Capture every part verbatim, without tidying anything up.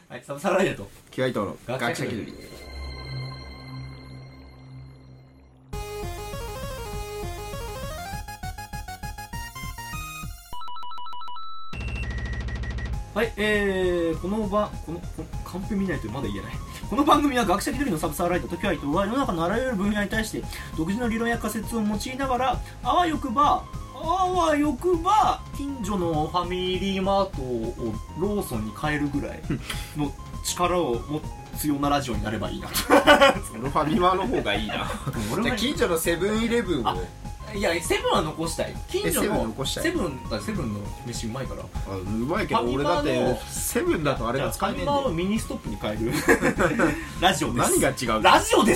はい、サブサライダーとキュアイトの学者気取り。はい、えー、この番、この、このカンペ見ないとまだ言えない。この番組は学者気取りのサブサーライトとキュアイトは世の中のあらゆる分野に対して独自の理論や仮説を用いながら、あわよくば、あわよくば、近所のファミリーマートをローソンに変えるぐらいの力を持つようなラジオになればいいなと。 そのファミマの方がいいな。じゃあ近所のセブンイレブンを。 いや、セブンは残したい。近所のセブン残したい。 セブンだ、セブンの飯うまいから。 あ、うまいけど俺だってセブンだとあれが使えねえんだよ。 ファミマをミニストップに変えるラジオです。 何が違う？ ラジオです。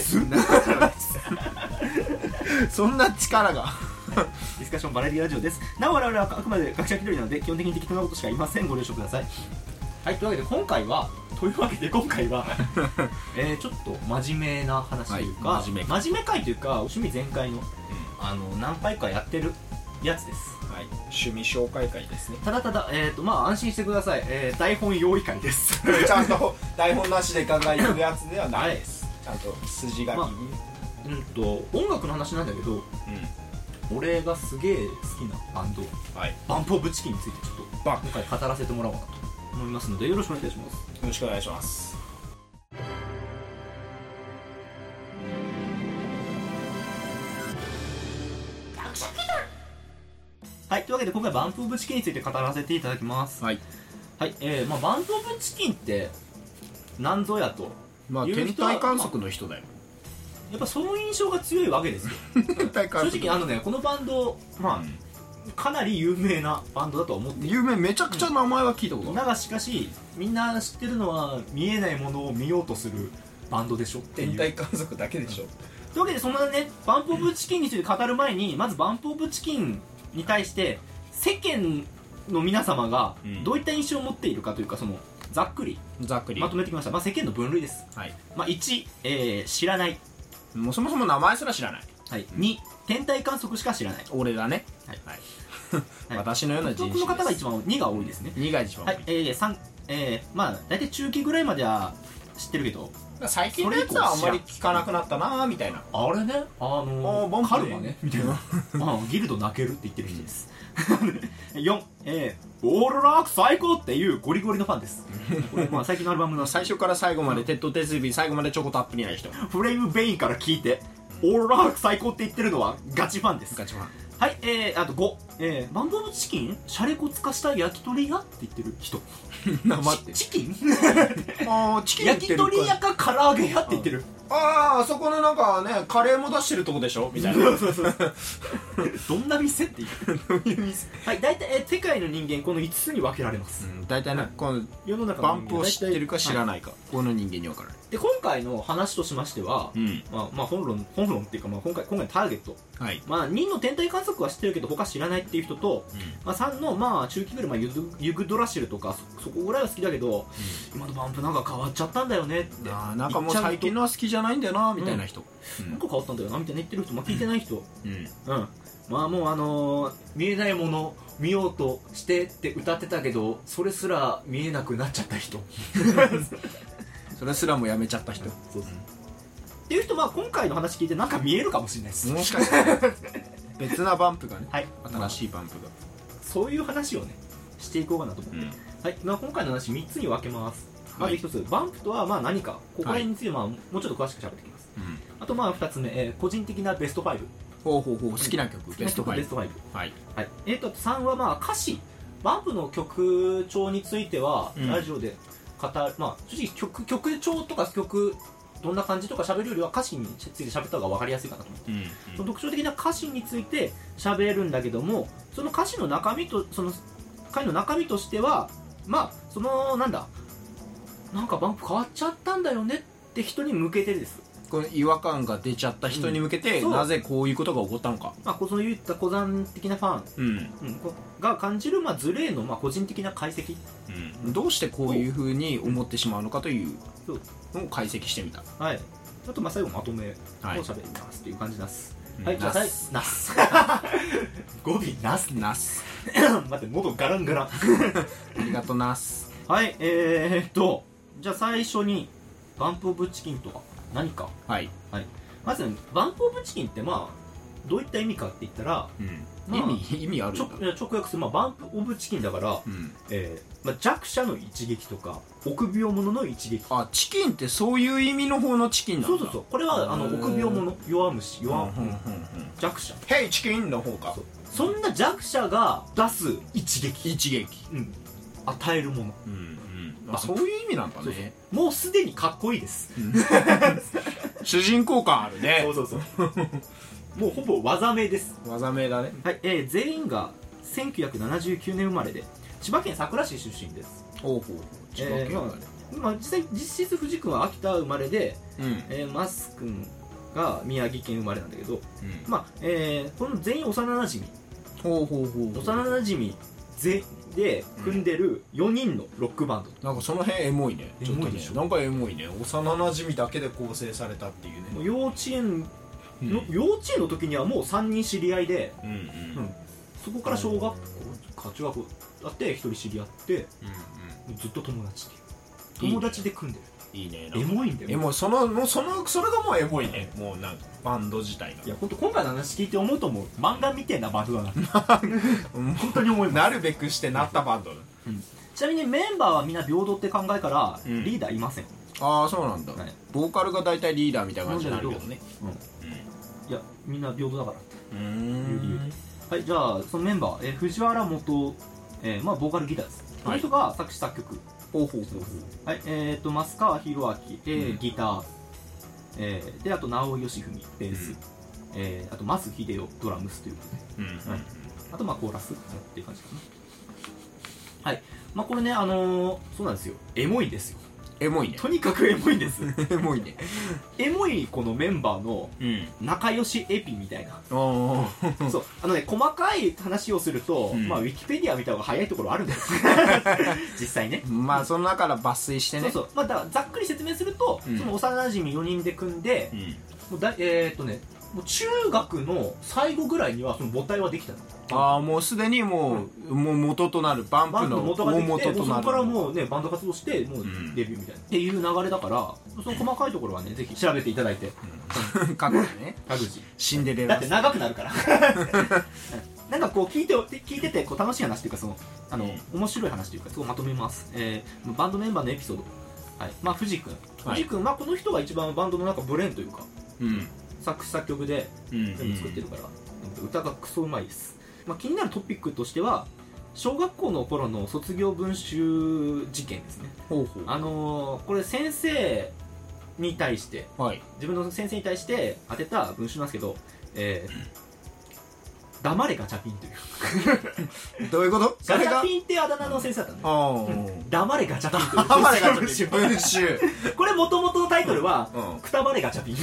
そんな力が。 ディスカッションバラエティラジオです。なお我々はあくまで学者気取りなので基本的に適当なことしか言いません。ご了承ください。はい、というわけで今回はというわけで今回はえー、ちょっと真面目な話というか、はい、真面目真面目会というか趣味全開の、うん、あの何回かやってるやつです。 はい、趣味紹介会ですね。 ただただ、えーとまあ、安心してください、えー、台本用意会です。 ちゃんと台本なしで考えてるやつではないです、はい、ちゃんと筋書きに、まあ、 うんと音楽の話なんだけど、うん、俺がすげえ好きなバンド、はい、バンプオブチキンについてちょっと今回語らせてもらおうかなと思いますのでよろしくお願いします。 よろしくお願いします。 はい、というわけで今回バンプオブチキンについて語らせていただきます。はい、はい、えー、まあバンプオブチキンって何ぞやと、 まあ天体観測の人だよ。 やっぱその印象が強いわけですよ。正直あのねこのバンドまあ、うん、かなり有名なバンドだと思って有名、めちゃくちゃ名前は聞いたことある。 だがしかしみんな知ってるのは見えないものを見ようとするバンドでしょっていう。 天体観測だけでしょ。 というわけでそんなねバンプオブチキンについて語る前にまずバンプオブチキンに対して世間の皆様がどういった印象を持っているかというか、そのざっくりざっくりまとめてきました。まあ、世間の分類です、はい。まあ、いち、えー、知らない。 もうそもそも名前すら知らない、 はい。に、天体観測しか知らない。 俺だね、はいはい、私のような人種です。 この方が一番にが多いですね。 にが一番多い、 はい。えー、さん、えー、まあ大体中期ぐらいまでは知ってるけど最近のやつはあんまり聞かなくなったなーみたいな。 あれね、あのー、カルマねみたいなあギルド泣けるって言ってる人です。よん、えー、オールラーク最高っていうゴリゴリのファンです。これまあ最近のアルバムの最初から最後まで鉄頭鉄尾、最後までチョコたっぷりない人。 フレームベインから聞いてオールラーク最高って言ってるのはガチファンです。 ガチファン。 はい、えー、あとご、えー、バンドのチキンシャレコつかした焼き鳥屋って言ってる人。 生ってチキンあーチキン焼き鳥屋か唐揚げ屋って言ってる。 あああそこのなんかねカレーも出してるとこでしょみたいな。そうそうそうどんな店って言う。どういう店。はい、大体、えー、世界の人間このいつつに分けられます、うん、 大体ね、はい、この世の中のバンプを知ってるか知らないか、はい、この人間に分かる。で今回の話としましては、うんまあ、まあ本論本論っていうか、まあ、今回今回のターゲット、はいまあ、にの天体観測は知ってるけど他知らないっていう人と、うんまあ、さんの、まあ、中期ぐらい、まあ、ユ, ユグドラシルとか そ, そこぐらいは好きだけど、うん、今のバンプなんか変わっちゃったんだよねってあなんかもう最近のは好きじゃないんだよなみたいな人、 うん、なんか変わったんだよなみたいな言ってる人、まあ、聞いてない人、うんうんまあもうあのー、見えないもの見ようとしてって歌ってたけどそれすら見えなくなっちゃった人それすらもやめちゃった人、そうそうっていう人は今回の話聞いてなんか見えるかもしれないです。 もしかして別なバンプがね、はい、新しいバンプがそういう話をねしていこうかなと思って、うんはいまあ、今回の話みっつに分けます、はい、まずひとつバンプとはまあ何かここら辺についてまあもうちょっと詳しく喋っていきます、はい、あとまあふたつめ、えー、個人的なベストファイブほうほうほう好きな曲、うん、ベストファイブベストファイブはい、はい、えー、とさんはまあ歌詞バンプの曲調については、うん、ラジオで語るまあ正直曲曲調とか曲どんな感じとか喋るよりは歌詞について喋った方が分かりやすいかなと思って、うんうん、その特徴的な歌詞について喋るんだけどもその歌詞の中身とその回の中身としてはまあそのなんだなんかバンプ変わっちゃったんだよねって人に向けてですこの違和感が出ちゃった人に向けて、うん、なぜこういうことが起こったのか、 まあ、そういった個人的なファン、うんうん、が感じる、まあ、ズレの、まあ、個人的な解析、 うん、どうしてこういうふうに思ってしまうのかというのを解析してみた。 はい、あとまあ最後まとめを喋りますという感じです、はい、はい、じゃあナス語尾ナスナス待って喉ガランガランありがとうナス。 はいえーっとじゃあ最初にバンプオブチキンとは何か。 はい、 はい、まず、ね、バンプオブチキンってまあどういった意味かって言ったら、 うんまあ、 意味意味あるんだ。 直訳する、まあ、バンプオブチキンだから、うんえーまあ、弱者の一撃とか臆病者の一撃。 あ、チキンってそういう意味の方のチキンなんだ。 そうそうそう、これはあの臆病者、弱虫、弱、うんうんうん、弱者。 ヘイチキンの方か。 そ, そんな弱者が出す一撃、 一撃、 うん、与えるもの、 うんうん、あ、そういう意味なんだね。そうそう、 もうすでにかっこいいです、うん、 主人公感あるね。 そうそうそうもうほぼ技名です。 技名だね。 はい、えー、全員がせんきゅうひゃくななじゅうきゅうねん生まれで千葉県佐倉市出身です。 ほうほう、千葉県生まれ、 えーまあ、実際実質藤君は秋田生まれで、うんえー、マス君が宮城県生まれなんだけど、うんまあえー、この全員幼なじみ、 ほうほうほう、 幼なじみぜで組んでるよにんのロックバンド、 うん、なんかその辺エモいね。 エモいでしょ。 なんかエモいね。幼なじみだけで構成されたっていうね。 もう幼稚園の、うん、幼稚園の時にはもうさんにん知り合いで、うんうんうん、そこから小学校か中学校あってひとり知り合って、うんうん、ずっと友達っていう友達で組んでる。 いいね。 エモいんだよ。 エモい。そのもうそのそれがもうエモいね。もうなんかバンド自体が。 いや本当今回の話聞いて思うと思う。漫画みてえなバンドだな。本当に思います。 なるべくしてなったバンドだ。 うん、ちなみにメンバーはみんな平等って考えから、うん、リーダーいません。 ああそうなんだ。はい、ボーカルが大体リーダーみたいな感じになるけどね。うん。うんいやみんな平等だからっていう理由で。はいじゃあそのメンバー、えー、藤原元、えー、まあボーカルギターです。この人が作詞作曲。 ほうほうほう。 はいえっ、ー、と増川弘明、えーうん、ギター、えー、であと直井義文ベース、うんえー、あと増秀夫ドラムスということで、うんはい、あとまあコーラスっていう感じかな。はいまあこれねあのー、そうなんですよ。エモいですよ。 エモいね。 とにかくエモいんですエモいね。 エモいこのメンバーの仲良しエピみたいな、うん、そうあのね細かい話をすると、うん、まあウィキペディア見た方が早いところあるんです実際ね。 まあその中から抜粋してね。 そうそうまあだからざっくり説明すると、うん、その幼馴染よにんで組んで、うん、もうだえー、っとねもう中学の最後ぐらいにはその母体はできたの。 ああもうすでにもう、うん、もう元となるバンプの元ができて、大元となるそこからもうねバンド活動してもうデビューみたいな、うん、っていう流れだからその細かいところはねぜひ調べていただいて、 うん、各自ね各自シンデレラだって長くなるからなんかこう聞いて聞いててこう楽しい話というかそのあの、うん、面白い話というかそこをまとめます、えー、バンドメンバーのエピソード、はいまあ、藤君藤君、はいまあ、この人が一番バンドの中ブレーンというか、うん、作詞作曲で全部作ってるから、うん、歌がクソうまいです。まあ、気になるトピックとしては小学校の頃の卒業文集事件ですね。ほうほうあのー、これ先生に対して、はい、自分の先生に対して当てた文集なんですけど、えー、黙れガチャピンというどういうこと？ ガチャピンってあだ名の先生だったのね、うん、黙れガチャピンという黙れガチャピン文集これ元々のタイトルは、うん、くたばれガチャピン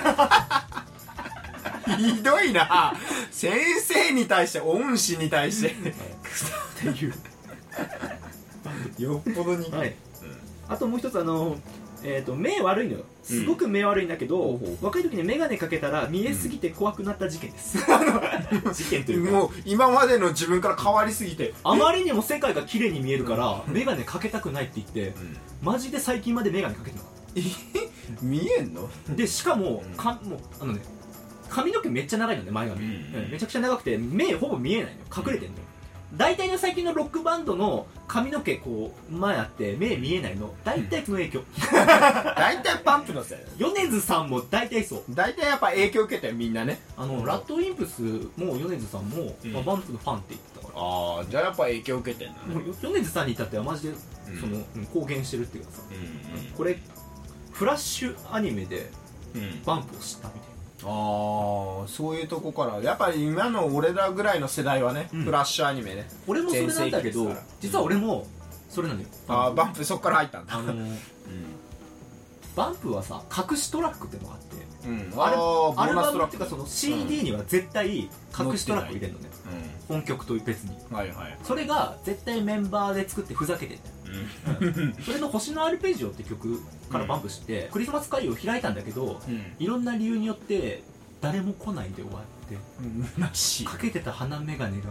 ひどいな先生に対して恩師に対してっていうよっぽどに、はいうん、 あともう一つあの、えー、と目悪いのよ。すごく目悪いんだけど、うん、若い時に眼鏡かけたら見えすぎて怖くなった事件です、うん、事件というかもう今までの自分から変わりすぎてあまりにも世界が綺麗に見えるから眼鏡かけたくないって言って、うん、マジで最近まで眼鏡かけてなかった見えんのでしかも、うん、かもうあのね髪の毛めっちゃ長いのね前髪、うんうん、めちゃくちゃ長くて目ほぼ見えないのよ。隠れてんのよ。大体の最近のロックバンドの髪の毛こう前あって目見えないの大体その影響、うん、 大体パンプのせい。 米津さんも大体そう。 大体やっぱ影響受けてるみんなね。 あの、うん、ラッドウィンプスも米津さんも、うんまあ、バンプのファンって言ってたから。 ああじゃあやっぱ影響受けてんだね。 米津さんに至ってはマジでその、うん、公言してるっていうかさ、うんうん、これフラッシュアニメでバンプを知ったみたいな。 ああそういうとこからやっぱり今の俺らぐらいの世代はね、うん、フラッシュアニメね。 俺もそれなんだけど実は俺もそれなんだよ。 ああバンプそっから入ったんだ。あのーうん、 バンプはさ隠しトラックってのがあって、うん、 あアルバムっていうかその シーディー には絶対隠しトラック入れるのね、うん、本曲と別に、はいはい、それが絶対メンバーで作ってふざけてんだよ。うん、それの星のアルペジオって曲からバンプして、うん、クリスマス会を開いたんだけど、うん、いろんな理由によって誰も来ないで終わって、 うん、虚しいかけてた鼻眼鏡が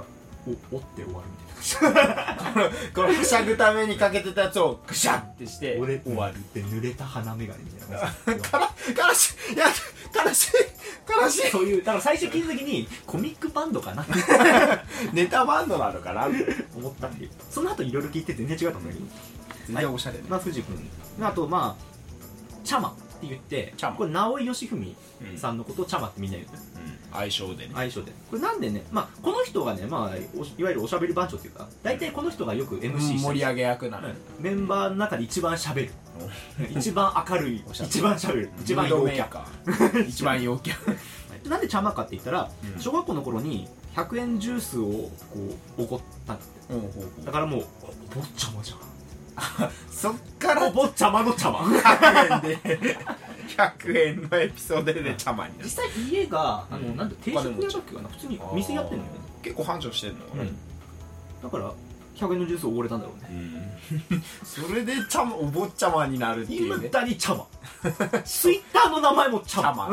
おおって終わるみたいなこのはしゃぐためにかけてたやつをグシャッてして俺終わるって濡れた鼻眼鏡みたいなから悲しいいや悲しい悲しいそういうだから最初聞いた時にコミックバンドかなってネタバンドなのかな思ったっていうその後いろいろ聞いて全然違ったんだけど全然おしゃれね、 まあ藤君あとまあチャマって言ってチャマこれ直井義文さんのことをチャマってみんな言うのよ、 うん、相性でね相性でこれなんでね、まあ、この人がね、まあ、おいわゆるおしゃべり番長っていうか大体この人がよく エムシー して盛り上げ役なの、 うんメンバーの中で一番しゃべる一番明るい一番しゃべる一番陽キャ一番陽キャなんでチャマかって言ったら、 うん小学校の頃にひゃくえんジュースをこうおごったんだってうんほうほうだからもうお坊ちゃまじゃんそっからお坊ちゃまの茶碗ひゃくえんでひゃくえんのエピソードで茶碗になる実際家があの、 うんなんて定食屋だっけかな普通に店やってんのよね、 結構繁盛してんのかな、 うん、だからひゃくえんのジュースをおごれたんだろうね、 うんそれで茶碗お坊ちゃまになるっていいうねだに茶碗ツイッターの名前も茶碗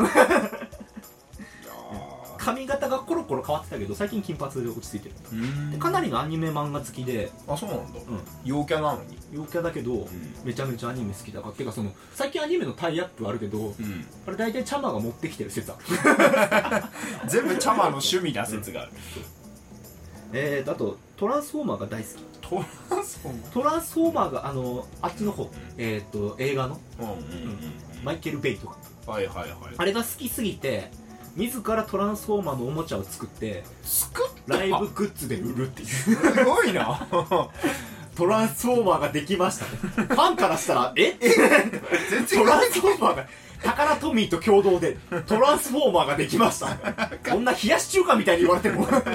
髪型がコロコロ変わってたけど最近金髪で落ち着いてるうんでかなりのアニメ漫画好きで、 あそうなんだ、 うん、 陽キャなのに陽キャだけど、めちゃめちゃアニメ好きだからてかその最近アニメのタイアップあるけど、 うんあれ大体チャマが持ってきてる説ある全部茶碗の趣味な説がある、 えーとあとトランスフォーマーが大好きトランスフォーマートランスフォーマーがあのあっちの方、えーと映画のうんうんうんマイケル・ベイとかはいはいはいあれが好きすぎて自らトランスフォーマーのおもちゃを作って作っライブグッズで売るっていうすごいなトランスフォーマーができましたねファンからしたらえ全然トランスフォーマーがタカラトミーと共同でトランスフォーマーができましたこんな冷やし中華みたいに言われても完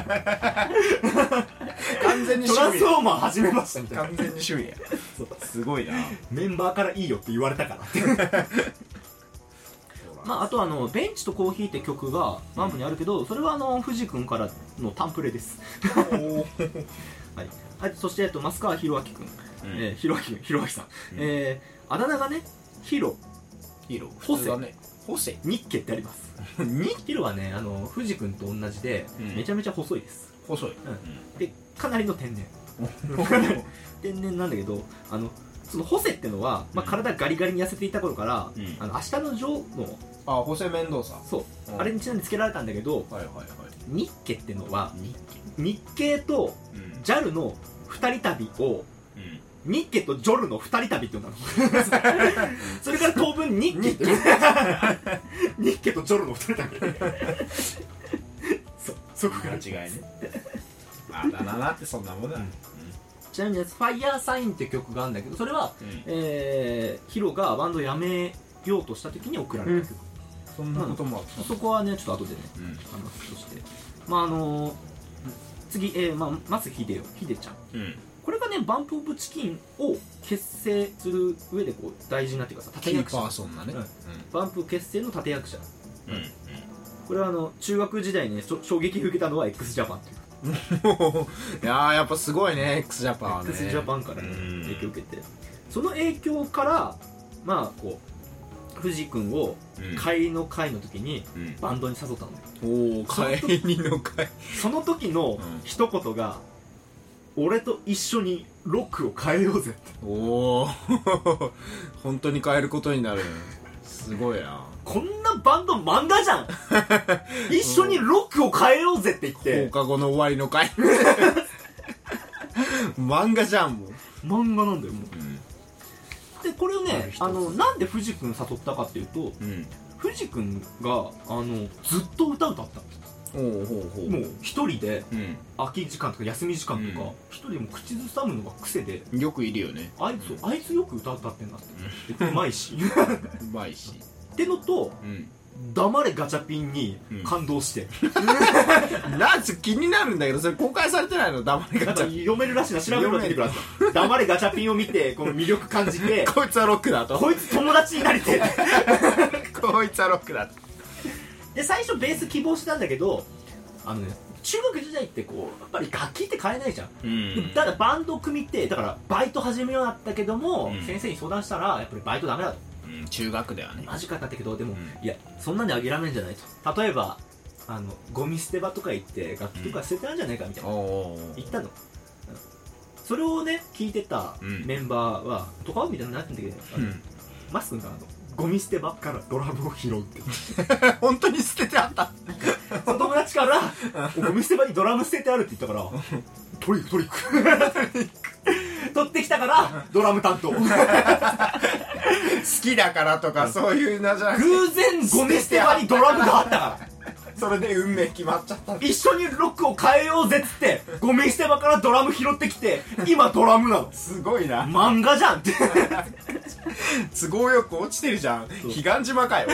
全にトラン趣味スフォーマー始めましたみたいな完全に趣味やすごいなメンバーからいいよって言われたからってまあ、あとあの「ベンチとコーヒー」って曲がバンプにあるけどそれはあの藤君からのタンプレですはい、はい、そして、えっと、増川弘明君、うんえー、弘明君弘明さん、うんえー、あだ名がねヒロヒロホセねホセニッケってありますヒロはねあの藤君と同じで、うん、めちゃめちゃ細いです細い、 うん、でかなりの天然天然なんだけどあのそのホセってのは、まあ、体ガリガリに痩せていた頃から、うん、あの明日のジョーのあホセメンドーサそう、うん、あれにちなんでつけられたんだけど、はいはいはい、日系ってのは日系と ジャル のふたり旅を、うん、日系とジョルのふたり旅って呼んだのそれから当分日系って日系とジョルのふたり旅そ, そこから違いねあだななってそんなもんだ、うんちなみに「ファイヤーサイン」って曲があるんだけどそれは、うんえー、ヒロがバンドを辞めようとした時に送られた曲、 うん、そんなこともあった、 うん、そこはねちょっと後でね、うん、話としてまああのー、次、えーまあ、松秀よ秀ちゃん、うん、これがねバンプ・オブ・チキンを結成する上でこう大事なっていうかさ立役者キーパーソンなね、うんうん、 バンプ結成の立役者、うんうん、これはあの中学時代に、ね、衝撃を受けたのは x ジャパンっていういやーやっぱすごいね x ジャパンはね x ジャパンから、ね、影響を受けてその影響からまあこう藤君を帰りの会の時にバンドに誘ったのよ、 うん、おお帰りの会その時の一言が、うん、俺と一緒にロックを変えようぜっておお本当に変えることになるすごいなこんなバンド漫画じゃん一緒にロックを変えようぜって言って放課後の終わりの回漫画じゃんもう漫画なんだよもう、うん、でこれをねあのなんで藤君誘ったかっていうと、うん、藤君があのずっと歌歌ったのおうほうほうもう一人で、うん、空き時間とか休み時間とか一、うん、人でも口ずさむのが癖でよくいるよねあいつ、うん、あいつよく歌歌ってんだってうまいしうまいしってのと、うん、黙れガチャピンに感動して、 うん、なんつ気になるんだけどそれ公開されてないの黙れガチャピン読めるらしいな調べろってください黙れガチャピンを見てこの魅力感じてこいつはロックだとこいつ友達になりてこいつはロックだとで最初ベース希望したんだけどあのね中学時代ってこうやっぱり楽器って買えないじゃん、うん、ただバンド組みってだからバイト始めようだったけども、うん、先生に相談したらやっぱりバイトダメだと、 うん、中学ではねマジかだったけどでも、うん、いやそんなんであげられないんじゃないと例えばあのゴミ捨て場とか行って楽器とか捨ててあるんじゃないかみたいな、言ったの。それをね聞いてたメンバーはとかみたいになってんだけど、うん、マス君があのゴミ捨て場からドラムを拾うって本当に捨ててあった。 その友達からゴミ捨て場にドラム捨ててあるって言ったからトリックトリック取ってきたからドラム担当好きだからとかそういうのじゃなくて偶然ゴミ捨て場にドラムがあったからそれで運命決まっちゃった。 一緒にロックを変えようぜっつってゴミ捨て場からドラム拾ってきて今ドラムなの。 すごいな、 漫画じゃんって都合よく落ちてるじゃん。彼岸島かよ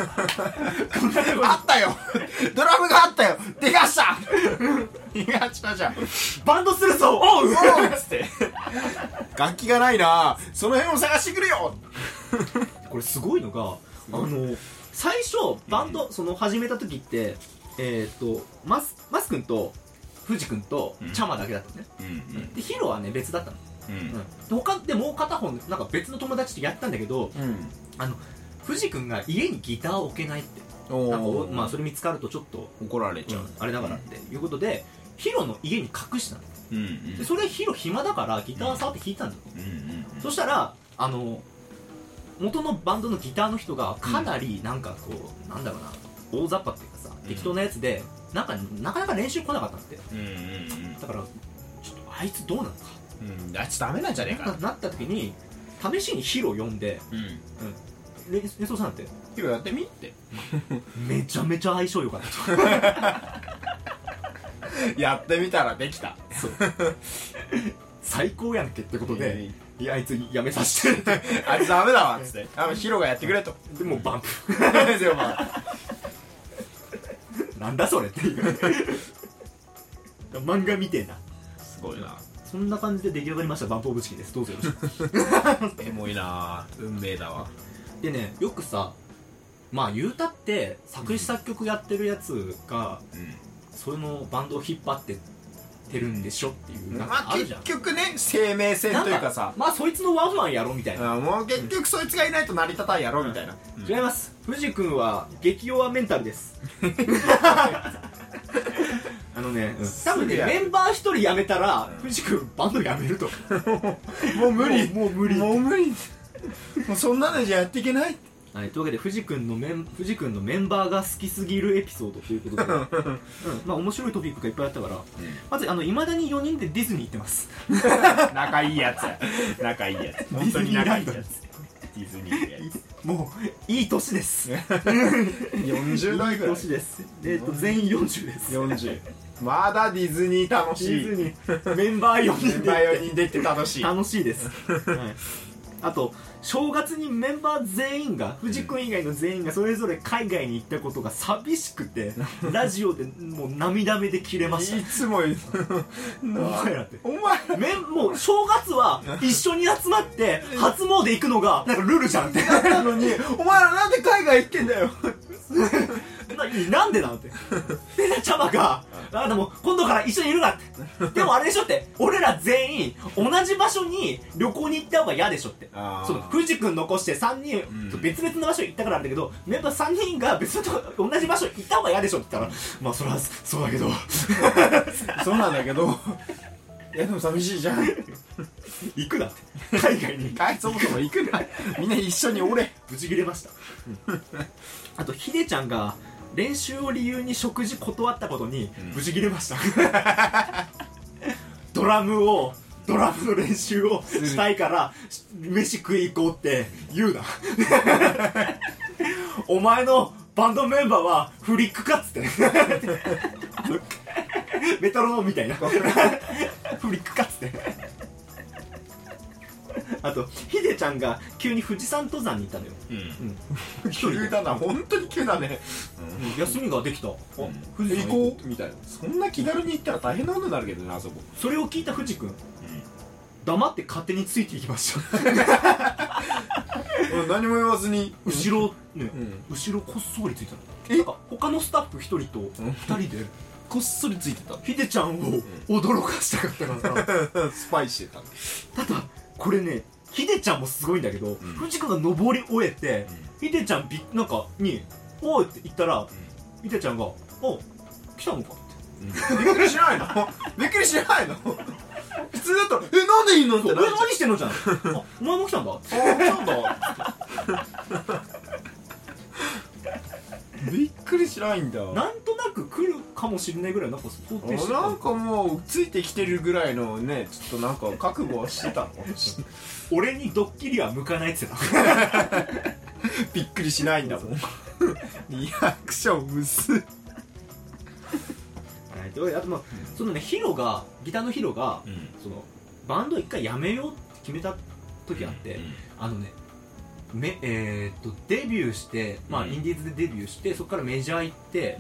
あったよドラムがあったよでかした彼岸島じゃん。 バンドするぞおうおうっつって楽器がないな、その辺を探してくるよこれすごいのがあの最初バンドその始めた時ってえっとマスマス君と藤君とチャマだけだったね、うんうん、でヒロはね別だったの、うんうん、で他でもう片方なんか別の友達とやったんだけど、うん、あの藤君が家にギターを置けないってなんかまあそれ見つかるとちょっと怒られちゃう、 うん、あれだからっていうことでヒロの家に隠したの、うんうん、でそれヒロ暇だからギター触って弾いたんだよ、うんうんうん、そしたらあの元のバンドのギターの人がかなりなんかこう、うん、なんだろうな大雑把っていうかさ、うん、適当なやつでなんかなかなか練習来なかったんって、うんうんうん、だからちょっとあいつどうなのか、 うん、あいつダメなんじゃねえかな, なった時に試しにヒロ呼んで、うんうん、レレソさんってヒロやってみってめちゃめちゃ相性良かったやってみたらできたそう最高やんけってことで、いやあいつやめさせてあいつダメだわっつってあのヒロがやってくれとでもバンプでもまあなんだそれっていう漫画みてえなすごいな。 そんな感じで出来上がりましたバンプオブチキンです。どうぞよろしくエモいな運命だわ。 でねよくさまあ言うたって作詞作曲やってるやつが、うん、そのバンドを引っ張っててるんでしょっていうなんかあるじゃん、 まあ、結局ね生命線というかさまあそいつのワンマンやろみたいな、 うん、もう結局そいつがいないと成り立たんやろみたいな、 うんうん、違います。藤君は激弱メンタルですあのね、うん、多分ねメンバー一人辞めたら藤君バンド辞めるともう無理もう無理もう無理もうそんなのじゃやっていけない。 はい、というわけで藤君のメン藤君のメンバーが好きすぎるエピソードということで、うん、まあ面白いトピックがいっぱいあったから、うん、まずあの未だによにんでディズニー行ってます仲いいやつ仲いいやつ本当に仲いいやつディズニーやつもういい年ですよんじゅう代ぐらいいい年です。えっと全員よんじゅうですよんじゅうまだディズニー楽しい。 ディズニーメンバーよにんでよにんで行って楽しい楽しいです、はい、あと正月にメンバー全員が藤君以外の全員がそれぞれ海外に行ったことが寂しくてラジオでもう涙目で切れました。 いつも言うお前らってお前めもう正月は一緒に集まって初詣行くのがなんかルールじゃんってなのにお前らなんで海外行ってんだよな, なんでなんてでチャマがあなたも今度から一緒にいるなってでもあれでしょって俺ら全員同じ場所に旅行に行った方が嫌でしょって。その藤君残してさんにん、うん、別々の場所行ったからなんだけどメンバーさんにんが別のと同じ場所行った方が嫌でしょって言ったらまあそれはそうだけどそうなんだけどいやでも寂しいじゃん行くなって海外にそもそも行くなみんな一緒におれブチ切れましたあとヒデちゃんが練習を理由に食事断ったことにブチ切れました、うん、ドラムをドラムの練習をしたいから飯食い行こうって言うなお前のバンドメンバーはフリックかっつってメトロノームみたいなフリックかっつってあとヒデちゃんが急に富士山登山に行ったのよ、 うんうん、急だな本当に急だね、 うん、休みができた、うん、 富士山行こうみたいな。そんな気軽に行ったら大変なことになるけどねあそこ。 それを聞いた藤君、うん、黙って勝手についていきました何も言わずに後ろね、うん、後ろこっそりついたの。えなんか他のスタッフひとりとふたりでこっそりついてた。 ヒデちゃんを驚かしたかったからスパイしてた。ただこれねヒデちゃんもすごいんだけど、うん、藤君が登り終えて、うん、ヒデちゃんびなんかに「おい!」って言ったら、うん、ヒデちゃんが「 お来たのかって、 うん、びっくりしないのびっくりしないの普通だったらえなんでいいのってなっちゃう。 俺何してんのじゃんあお前も来たんだあ来たんだびっくりしないんだ。 なんとなく来るかもしれないぐらいなんか想定してた。 なんかもうついてきてるぐらいのねちょっとなんか覚悟はしてたの俺にドッキリは向かないって言ってたびっくりしないんだもんリアクション薄いはい、であとまあ、うん、そのねヒロがギターのヒロが、うん、そのバンドを一回やめようって決めた時あって、うん、あのねめえー、っとデビューして、まあ、インディーズでデビューしてそこからメジャー行って、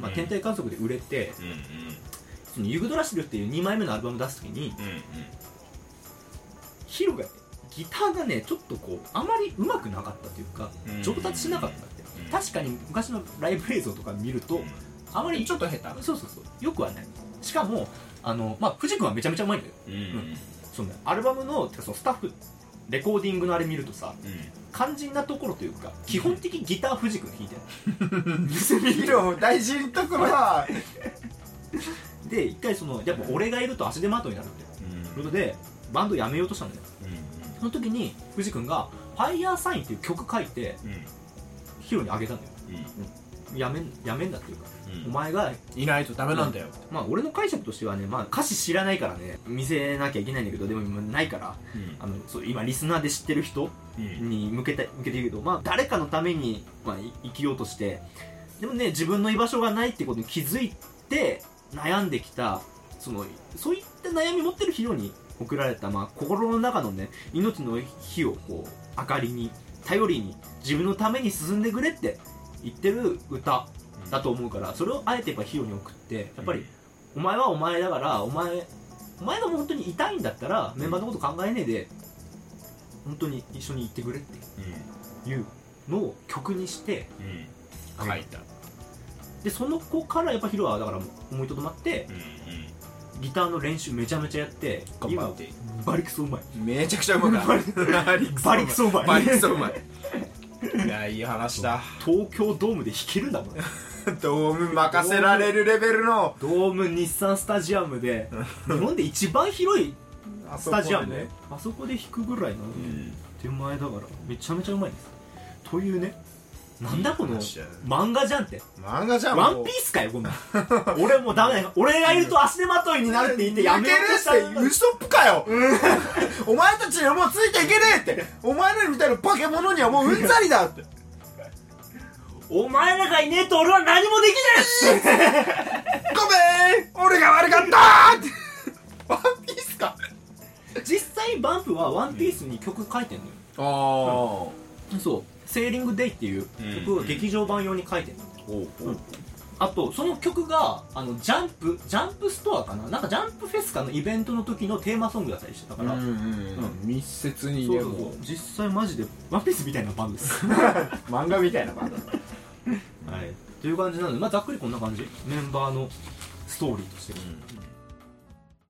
まあ、天体観測で売れて、うんうん、そのユグドラシルっていうにまいめのアルバム出す時に、うんうん、ヒロがギターがねちょっとこうあまり上手くなかったというか、うん、上達しなかったって、うん、確かに昔のライブ映像とか見ると、うん、あまりちょっと下手そうそうそうよくはない。しかもあの、まあ、藤君はめちゃめちゃうまいんだよ、うんうんうん、そのアルバム の, そのスタッフレコーディングのあれ見るとさ、うん、肝心なところというか基本的にギター藤君弾いてるも大事なところはで一回そのやっぱ俺がいると足手まといになるんだよ、うん、ということでバンドやめようとしたんだよ、うんうん、その時に藤君が「ファイヤーサイン」っていう曲書いて、うん、ヒロにあげたんだよ、うんうん、やめんやめんだっていうか、うん、お前がいないとダメなんだよ、 うん、まあ俺の解釈としてはね、まあ、歌詞知らないからね見せなきゃいけないんだけどでも今ないから、うん、あのそう今リスナーで知ってる人に向けて向けて言うけど、まあ、誰かのために、まあ、生きようとしてでもね自分の居場所がないってことに気づいて悩んできたそのそういった悩み持ってるヒロに送られた、まあ、心の中のね命の火をこう明かりに頼りに自分のために進んでくれって言ってる歌だと思うからそれをあえてやっぱヒロに送ってやっぱりお前はお前だからお前お前がもう本当に痛いんだったらメンバーのこと考えねえで本当に一緒に行ってくれっていうのを曲にして書いた。 でその子からやっぱヒロはだから思いとどまって、うんうん、ギターの練習めちゃめちゃやって頑張ってバリクソうまいめちゃくちゃうまいバリクソうまいバリクソうまいいやいい話だ。 東京ドームで弾けるんだもんドーム任せられるレベルのドーム日産スタジアムで日本で一番広いスタジアムねあそこで弾くぐらいの手前だからめちゃめちゃうまいですというね。なんだこの漫画じゃんって漫画じゃんワンピースかよこんなん俺もうダメだ俺がいると足手まといになるって言ってやめようとしたらウソップかよお前たちにはもうついていけねえってお前らみたいな化け物にはもううんざりだってお前らがいねえと俺は何もできないってごめん俺が悪かったってワンピースか実際バンプはワンピースに曲書いてんのよ、うん、ああそうセーリングデイっていう曲を劇場版用に書いてるの、うんうん、あとその曲があのジャンプジャンプストアかななんかジャンプフェスかのイベントの時のテーマソングだったりしてたから、うんうんうん、 密接にねそうそうそう実際マジでワンピースみたいなバンドです漫画みたいなバンドはいという感じなので、まあ、ざっくりこんな感じメンバーのストーリーとして、うん